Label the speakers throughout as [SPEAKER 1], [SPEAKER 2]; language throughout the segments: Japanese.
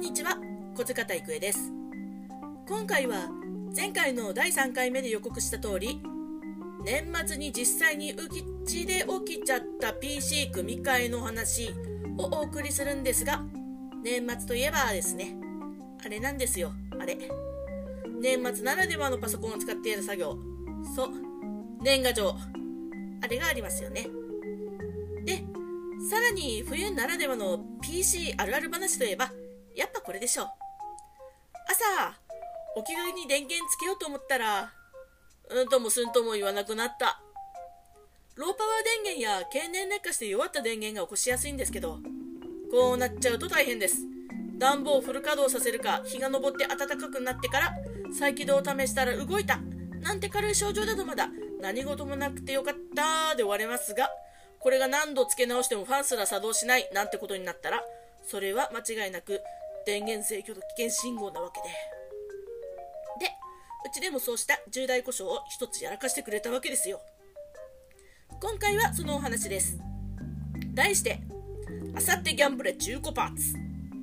[SPEAKER 1] にちは、小塚太育恵です。今回は前回の第3回目で予告した通り、年末に実際にうちで起きちゃった PC 組み替えの話をお送りするんですが、年末といえばですね、あれなんですよ。年末ならではのパソコンを使ってやる作業、そう、年賀状、あれがありますよね。で、さらに冬ならではの PC あるある話といえばやっぱこれでしょう。朝起きがけに電源つけようと思ったら、うんともすんとも言わなくなった。ローパワー電源や経年劣化して弱った電源が起こしやすいんですけど、こうなっちゃうと大変です。暖房をフル稼働させるか、日が昇って暖かくなってから再起動を試したら動いたなんて軽い症状だとまだ何事もなくてよかったで終われますが、これが何度付け直してもファンすら作動しないなんてことになったら、それは間違いなく電源制御の危険信号なわけで、うちでもそうした重大故障を一つやらかしてくれたわけですよ。今回はそのお話です。題して、あさってギャンブレ中古パーツ。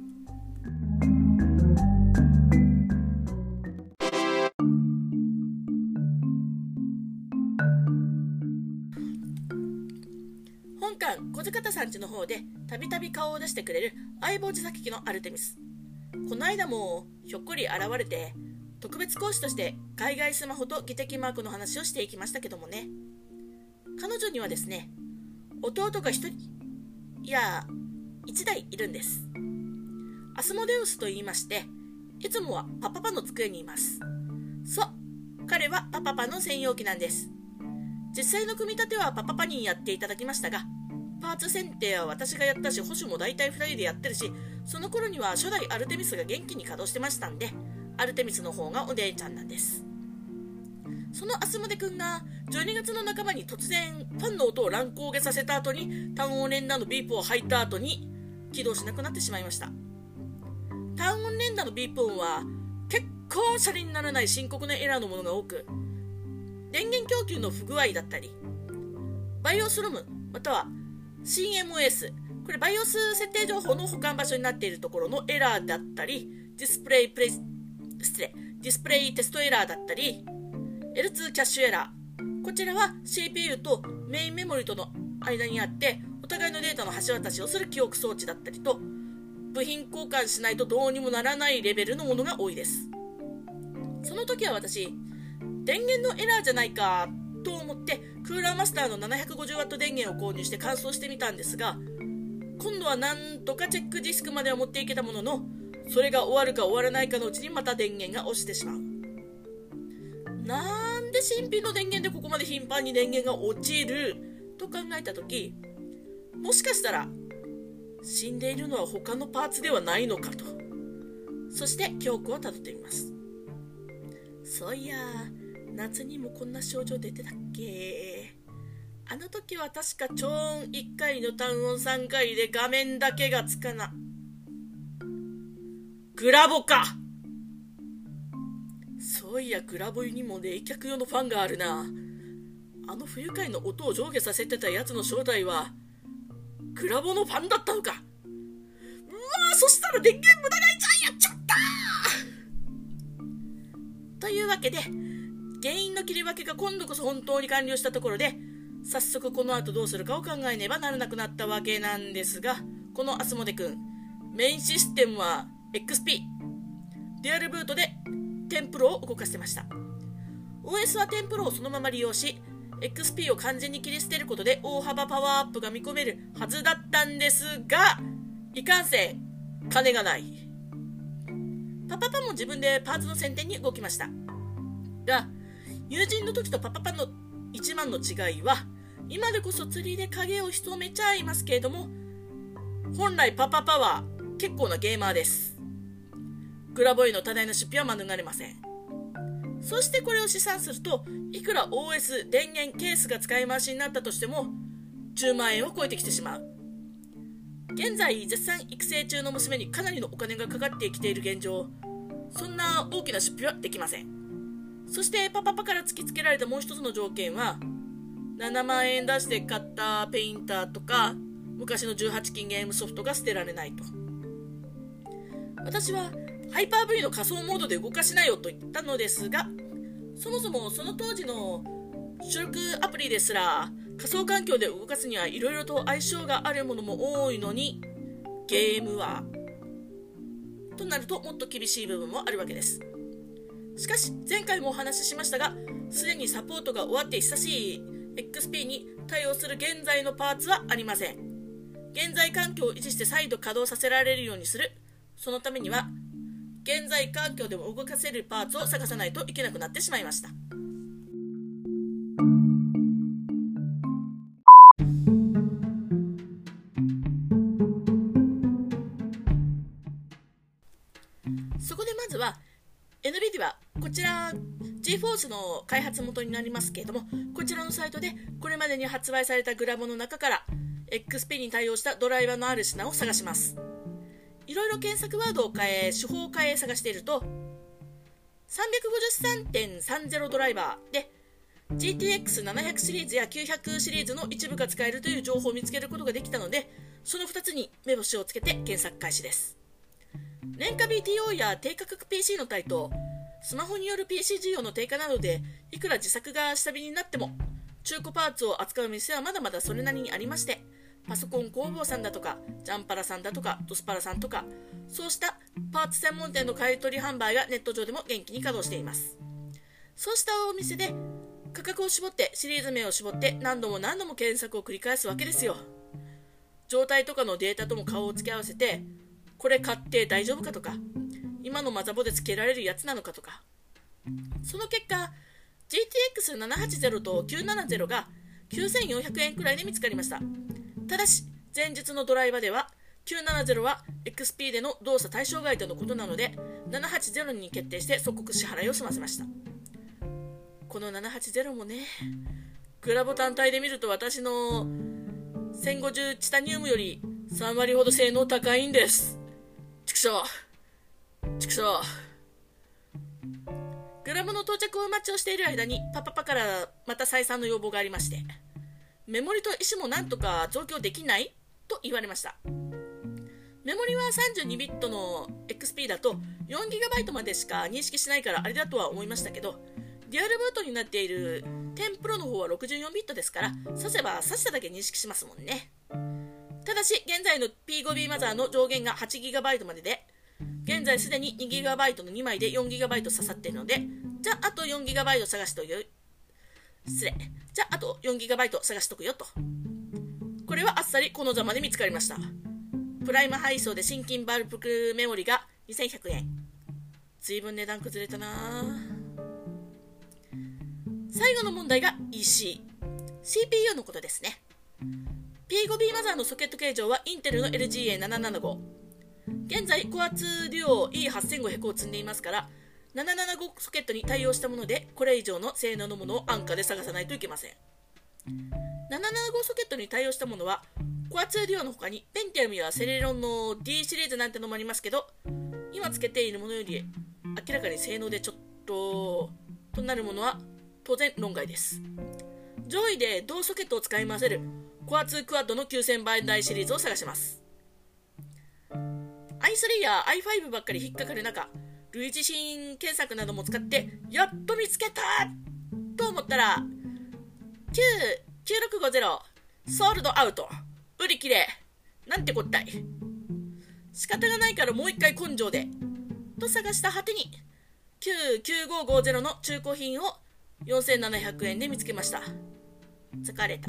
[SPEAKER 1] 本館小塚田さん家の方でたびたび顔を出してくれる相棒自作機のアルテミス。この間もひょっこり現れて特別講師として海外スマホと技的マークの話をしていきましたけどもね、彼女にはですね、弟が1人いや1台いるんです。アスモデウスと言いまして、いつもはパパパの机にいます。そう、彼はパパパの専用機なんです。実際の組み立てはパパパにやっていただきましたが、パーツ選定は私がやったし、保守も大体2人でやってるし、その頃には初代アルテミスが元気に稼働してましたんで、アルテミスの方がお姉ちゃんなんです。そのアスモデくんが12月の半ばに突然ファンの音を乱高下させた後に単音連打のビープを吐いた後に起動しなくなってしまいました。単音連打のビープ音は結構シャレにならない深刻なエラーのものが多く、電源供給の不具合だったり、バイオスロムまたは CMOS、 これバイオス設定情報の保管場所になっているところのエラーだったり、ディスプレイテストエラーだったり、 L2 キャッシュエラー、こちらは CPU とメインメモリとの間にあってお互いのデータの橋渡しをする記憶装置だったりと、部品交換しないとどうにもならないレベルのものが多いです。その時は私、電源のエラーじゃないかと思ってクーラーマスターの 750W 電源を購入して乾燥してみたんですが、今度はなんとかチェックディスクまでは持っていけたものの、それが終わるか終わらないかのうちにまた電源が落ちてしまう。なんで新品の電源でここまで頻繁に電源が落ちると考えたとき、もしかしたら死んでいるのは他のパーツではないのかと、そして記憶をたどってみます。そういや夏にもこんな症状出てたっけ。あの時は確か超音1回の単音3回で画面だけがつかな、グラボか。そういやグラボにも冷却用のファンがあるな。あの不愉快の音を上下させてたやつの正体はグラボのファンだったのか。うわー、そしたら電源無駄がいちゃんやっちゃったというわけで、原因の切り分けが今度こそ本当に完了したところで、早速この後どうするかを考えねばならなくなったわけなんですが、このアスモデくん、メインシステムは XP、 デュアルブートでテンプロを動かしてました。 OS はテンプロをそのまま利用し、 XP を完全に切り捨てることで大幅パワーアップが見込めるはずだったんですが、いかんせん金がない。パパパも自分でパーツの選定に動きましたが、友人の時とパパパの一番の違いは、今でこそ釣りで影を潜めちゃいますけれども、本来パパパは結構なゲーマーです。グラボへの多大な出費は免れません。そしてこれを試算すると、いくら OS、電源、ケースが使い回しになったとしても10万円を超えてきてしまう。現在絶賛育成中の娘にかなりのお金がかかってきている現状、そんな大きな出費はできません。そしてパパパから突きつけられたもう一つの条件は、7万円出して買ったペインターとか昔の18金ゲームソフトが捨てられないと。 私はハイパー V の仮想モードで動かしなよと言ったのですが、そもそもその当時の出力アプリですら仮想環境で動かすにはいろいろと相性があるものも多いのに、ゲームはとなるともっと厳しい部分もあるわけです。しかし前回もお話ししましたが、すでにサポートが終わって久しい XP に対応する現在のパーツはありません。現在環境を維持して再度稼働させられるようにする。そのためには現在環境でも動かせるパーツを探さないといけなくなってしまいました。そこでまずは NVIDIA、こちら GeForce の開発元になりますけれども、こちらのサイトでこれまでに発売されたグラボの中から XP に対応したドライバーのある品を探します。いろいろ検索ワードを変え、手法を変え探していると 353.30 ドライバーで GTX700 シリーズや900シリーズの一部が使えるという情報を見つけることができたので、その2つに目星をつけて検索開始です。廉価 BTO や低価格 PC の台頭、スマホによる PC 需要の低下などでいくら自作が下火になっても中古パーツを扱う店はまだまだそれなりにありまして、パソコン工房さんだとかジャンパラさんだとかドスパラさんとか、そうしたパーツ専門店の買い取り販売がネット上でも元気に稼働しています。そうしたお店で価格を絞ってシリーズ名を絞って何度も何度も検索を繰り返すわけですよ。状態とかのデータとも顔を付け合わせて、これ買って大丈夫かとか、今のマザボで付けられるやつなのかとか。その結果 GTX780 と970が9400円くらいで見つかりました。ただし前述のドライバーでは970は XP での動作対象外とのことなので780に決定して即刻支払いを済ませました。この780もね、グラボ単体で見ると私の1050チタニウムより3割ほど性能高いんです。ちくしょう。グラボの到着を待ちをしている間にパパパからまた再三の要望がありまして、メモリと石もなんとか増強できないと言われました。メモリは32ビットの XP だと 4GB までしか認識しないからあれだとは思いましたけど、デュアルブートになっている10 Pro の方は64ビットですから、挿せば挿しただけ認識しますもんね。ただし現在の P5B マザーの上限が 8GB までで、現在すでに 2GB の2枚で 4GB 刺さっているので、じゃああと 4GB 探しとくよ。じゃああと 4GB 探しとくよと。これはあっさりこのざまで見つかりました。プライム配送で新金バルプメモリが2100円。随分値段崩れたな。最後の問題が EC、CPU のことですね。P5B マザーのソケット形状はインテルの LGA775。現在コア2デュオ E8500 を積んでいますから、775ソケットに対応したもので、これ以上の性能のものを安価で探さないといけません。775ソケットに対応したものはコア2デュオの他にペンティアムやセレロンの D シリーズなんてのもありますけど、今つけているものより明らかに性能でちょっととなるものは当然論外です。上位で同ソケットを使い回せるコア2クワッドの9000倍台シリーズを探します。 i3 や i5 ばっかり引っかかる中、類似新検索なども使ってやっと見つけたと思ったら、9650ソールドアウト、売り切れなんてこったい。仕方がないからもう一回根性でと探した果てに99550の中古品を4700円で見つけました。疲れた。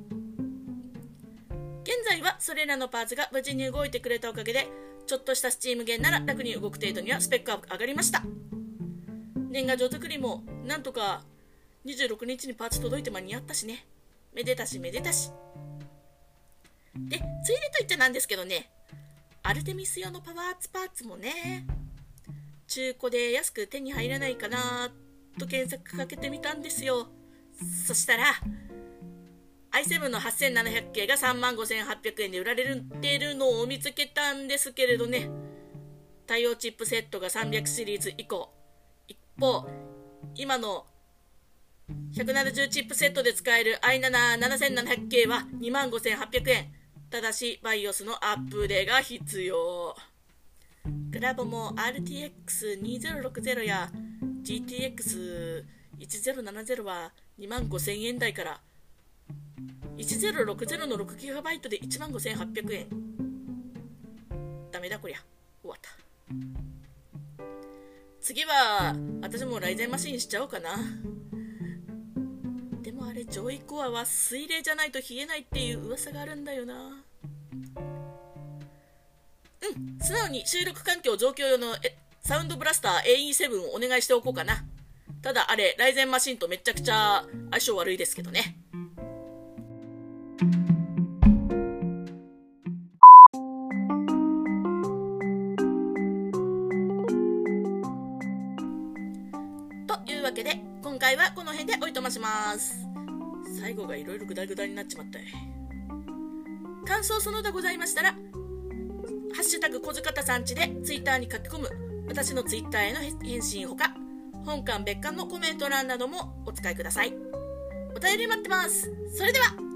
[SPEAKER 1] 現在はそれらのパーツが無事に動いてくれたおかげで、ちょっとしたスチームゲンなら楽に動く程度にはスペックが上がりました。年賀状作りもなんとか26日にパーツ届いて間に合ったしね。めでたしめでたし。で、ついでと言っちゃなんですけどね、アルテミス用のパワーツもね、中古で安く手に入らないかなと検索かけてみたんですよ。そしたら i7 の8700系が 35,800 円で売られているのを見つけたんですけれどね、対応チップセットが300シリーズ以降。一方、今の170チップセットで使える i7-7700 系は 25,800 円。ただし BIOS のアップデーが必要。グラボも RTX2060 や GTX1070 は25,000円台から、1060の 6GB で15,800円。ダメだこりゃ、終わった。次は私もライゼンマシンしちゃおうかな。でもあれジョイコアは水冷じゃないと冷えないっていう噂があるんだよな。素直に収録環境増強用のサウンドブラスター AE7 をお願いしておこうかな。ただあれライゼンマシンとめちゃくちゃ相性悪いですけどね。というわけで今回はこの辺でおいとまします。最後がいろいろグダグダになっちまった。感想その他ございましたらハッシュタグこずかたさんちでツイッターに書き込む私のツイッターへの返信ほか本館別館のコメント欄などもお使いください。お便り待ってます。それでは。